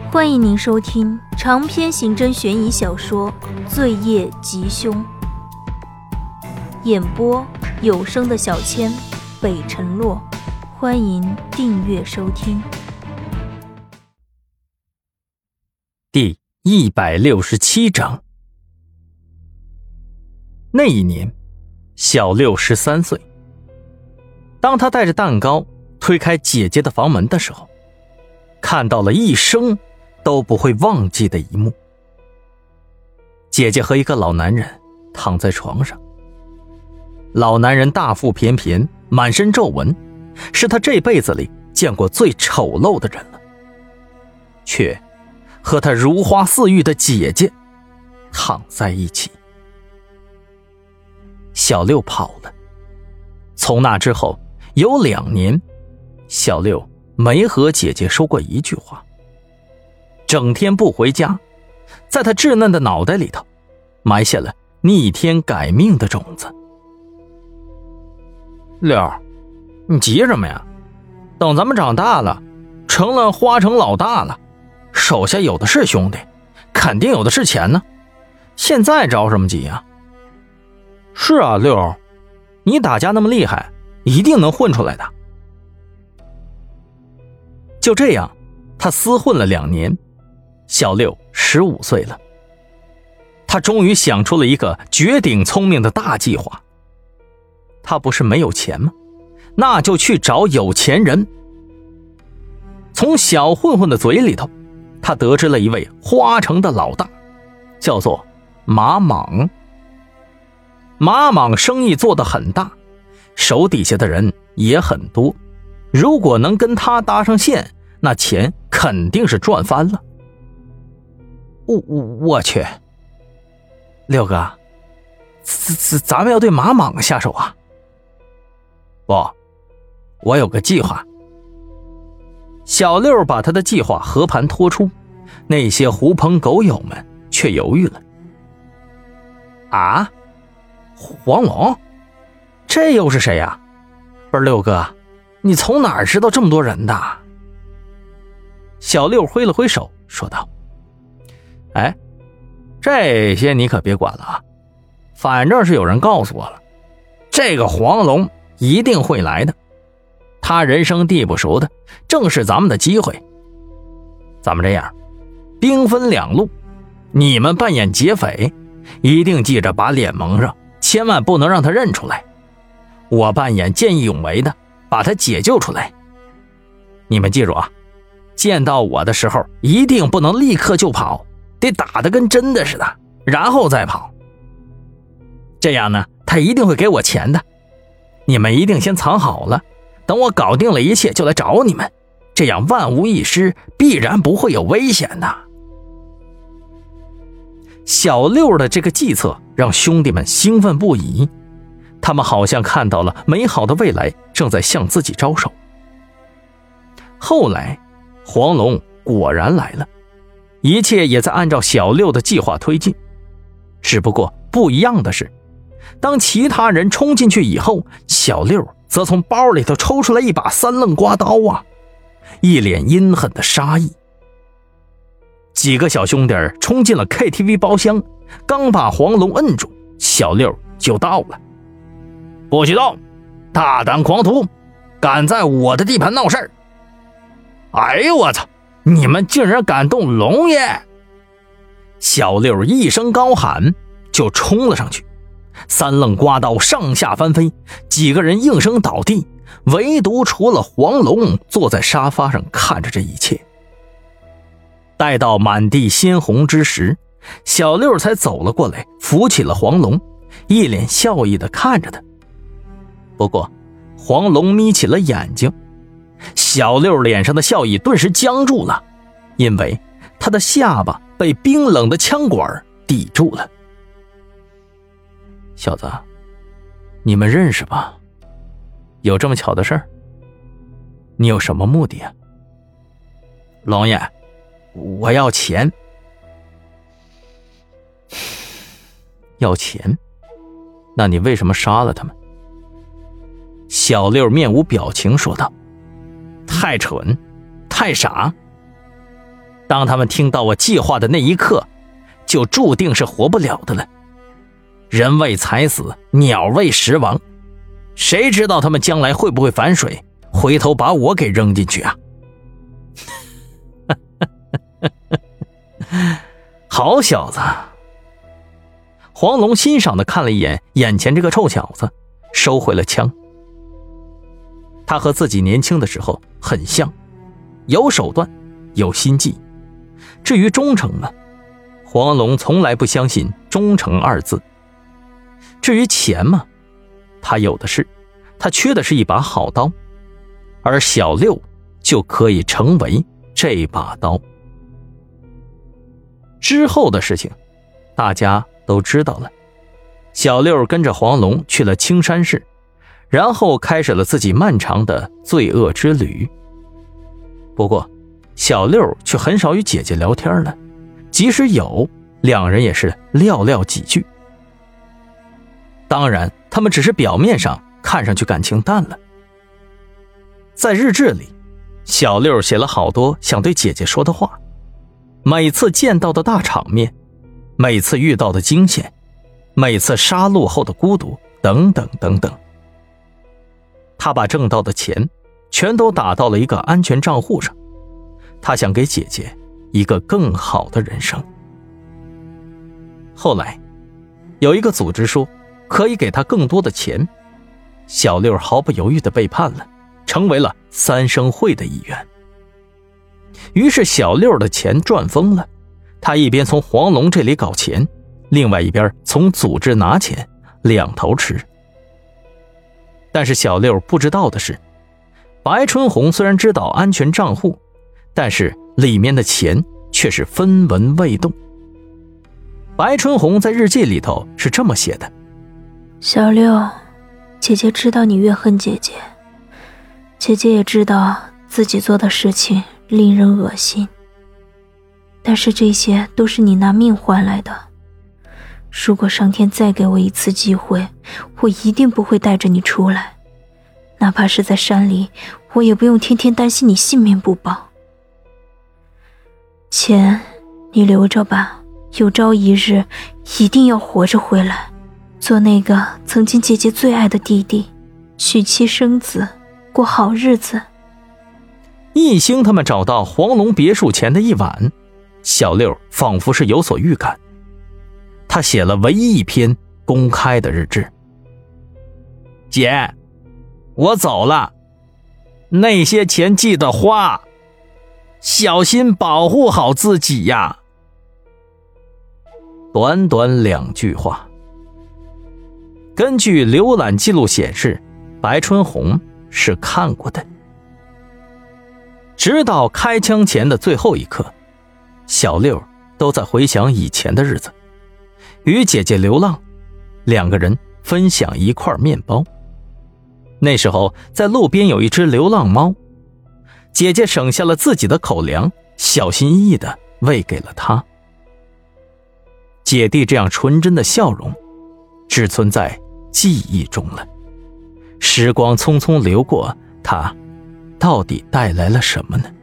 欢迎您收听长篇刑侦悬疑小说《罪业吉凶》，演播有声的小千，北辰洛。欢迎订阅收听。 第167章。那一年，小六13岁。当他带着蛋糕推开姐姐的房门的时候，看到了一生都不会忘记的一幕。姐姐和一个老男人躺在床上，老男人大腹便便，满身皱纹，是他这辈子里见过最丑陋的人了，却和他如花似玉的姐姐躺在一起。小六跑了，从那之后有2年，小六没和姐姐说过一句话，整天不回家，在他稚嫩的脑袋里头埋下了逆天改命的种子。六，你急什么呀？等咱们长大了，成了花城老大了，手下有的是兄弟，肯定有的是钱呢，现在着什么急啊？是啊，六，你打架那么厉害，一定能混出来的。就这样，他厮混了2年，小六15岁了。他终于想出了一个绝顶聪明的大计划。他不是没有钱吗？那就去找有钱人。从小混混的嘴里头，他得知了一位花城的老大，叫做马莽。马莽生意做得很大，手底下的人也很多，如果能跟他搭上线，那钱肯定是赚翻了。我去，六哥，咱们要对马莽下手啊？不，我有个计划。小六把他的计划和盘托出，那些狐朋狗友们却犹豫了。啊？黄龙？这又是谁呀？不是六哥，你从哪儿知道这么多人的？小六挥了挥手说道：哎，这些你可别管了啊，反正是有人告诉我了，这个黄龙一定会来的，他人生地不熟的，正是咱们的机会。咱们这样，兵分2路，你们扮演劫匪，一定记着把脸蒙上，千万不能让他认出来。我扮演见义勇为的，把他解救出来。你们记住啊，见到我的时候一定不能立刻就跑，得打得跟真的似的，然后再跑。这样呢，他一定会给我钱的。你们一定先藏好了，等我搞定了一切就来找你们，这样万无一失，必然不会有危险的。小六的这个计策让兄弟们兴奋不已，他们好像看到了美好的未来正在向自己招手。后来黄龙果然来了，一切也在按照小六的计划推进。只不过不一样的是，当其他人冲进去以后，小六则从包里头抽出来一把3愣刮刀啊，一脸阴狠的杀意。几个小兄弟冲进了 KTV 包厢，刚把黄龙摁住，小六就到了。不许动，大胆狂徒，敢在我的地盘闹事儿！哎呦我操，你们竟然敢动龙爷！小六一声高喊，就冲了上去，3愣刮刀上下翻飞，几个人应声倒地，唯独除了黄龙坐在沙发上看着这一切。待到满地鲜红之时，小六才走了过来，扶起了黄龙，一脸笑意地看着他。不过黄龙眯起了眼睛，小六脸上的笑意顿时僵住了，因为他的下巴被冰冷的枪管抵住了。小子，你们认识吧？有这么巧的事儿？你有什么目的啊？龙爷，我要钱。要钱？那你为什么杀了他们？小六面无表情说道：太蠢，太傻。 当他们听到我计划的那一刻，就注定是活不了的了。人为财死，鸟为食亡，谁知道他们将来会不会反水，回头把我给扔进去啊？好小子！黄龙欣赏地看了一眼眼前这个臭小子，收回了枪。他和自己年轻的时候很像，有手段，有心计。至于忠诚嘛，黄龙从来不相信忠诚二字。至于钱嘛，他有的是，他缺的是一把好刀，而小六就可以成为这把刀。之后的事情大家都知道了。小六跟着黄龙去了青山市，然后开始了自己漫长的罪恶之旅。不过小六却很少与姐姐聊天了，即使有，两人也是寥寥几句。当然他们只是表面上看上去感情淡了。在日志里，小六写了好多想对姐姐说的话，每次见到的大场面，每次遇到的惊险，每次杀戮后的孤独，等等等等。他把挣到的钱全都打到了一个安全账户上，他想给姐姐一个更好的人生。后来有一个组织说可以给他更多的钱，小六毫不犹豫地背叛了，成为了三生会的一员。于是小六的钱赚疯了，他一边从黄龙这里搞钱，另外一边从组织拿钱，两头吃。但是小六不知道的是，白春红虽然知道安全账户，但是里面的钱却是分文未动。白春红在日记里头是这么写的： 小六，姐姐知道你怨恨姐姐，姐姐也知道自己做的事情令人恶心，但是这些都是你拿命换来的。如果上天再给我一次机会，我一定不会带着你出来，哪怕是在山里，我也不用天天担心你性命不保。钱你留着吧，有朝一日一定要活着回来，做那个曾经姐姐最爱的弟弟，娶妻生子，过好日子。 一兴他们找到黄龙别墅前的一晚，小六仿佛是有所预感，他写了唯一一篇公开的日志：姐，我走了，那些钱记得花，小心保护好自己呀。短短2句话。根据浏览记录显示，白春红是看过的。直到开枪前的最后一刻，小六都在回想以前的日子，与姐姐流浪，两个人分享一块面包。那时候在路边有一只流浪猫，姐姐省下了自己的口粮，小心翼翼地喂给了他。姐弟这样纯真的笑容只存在记忆中了。时光匆匆流过，它到底带来了什么呢？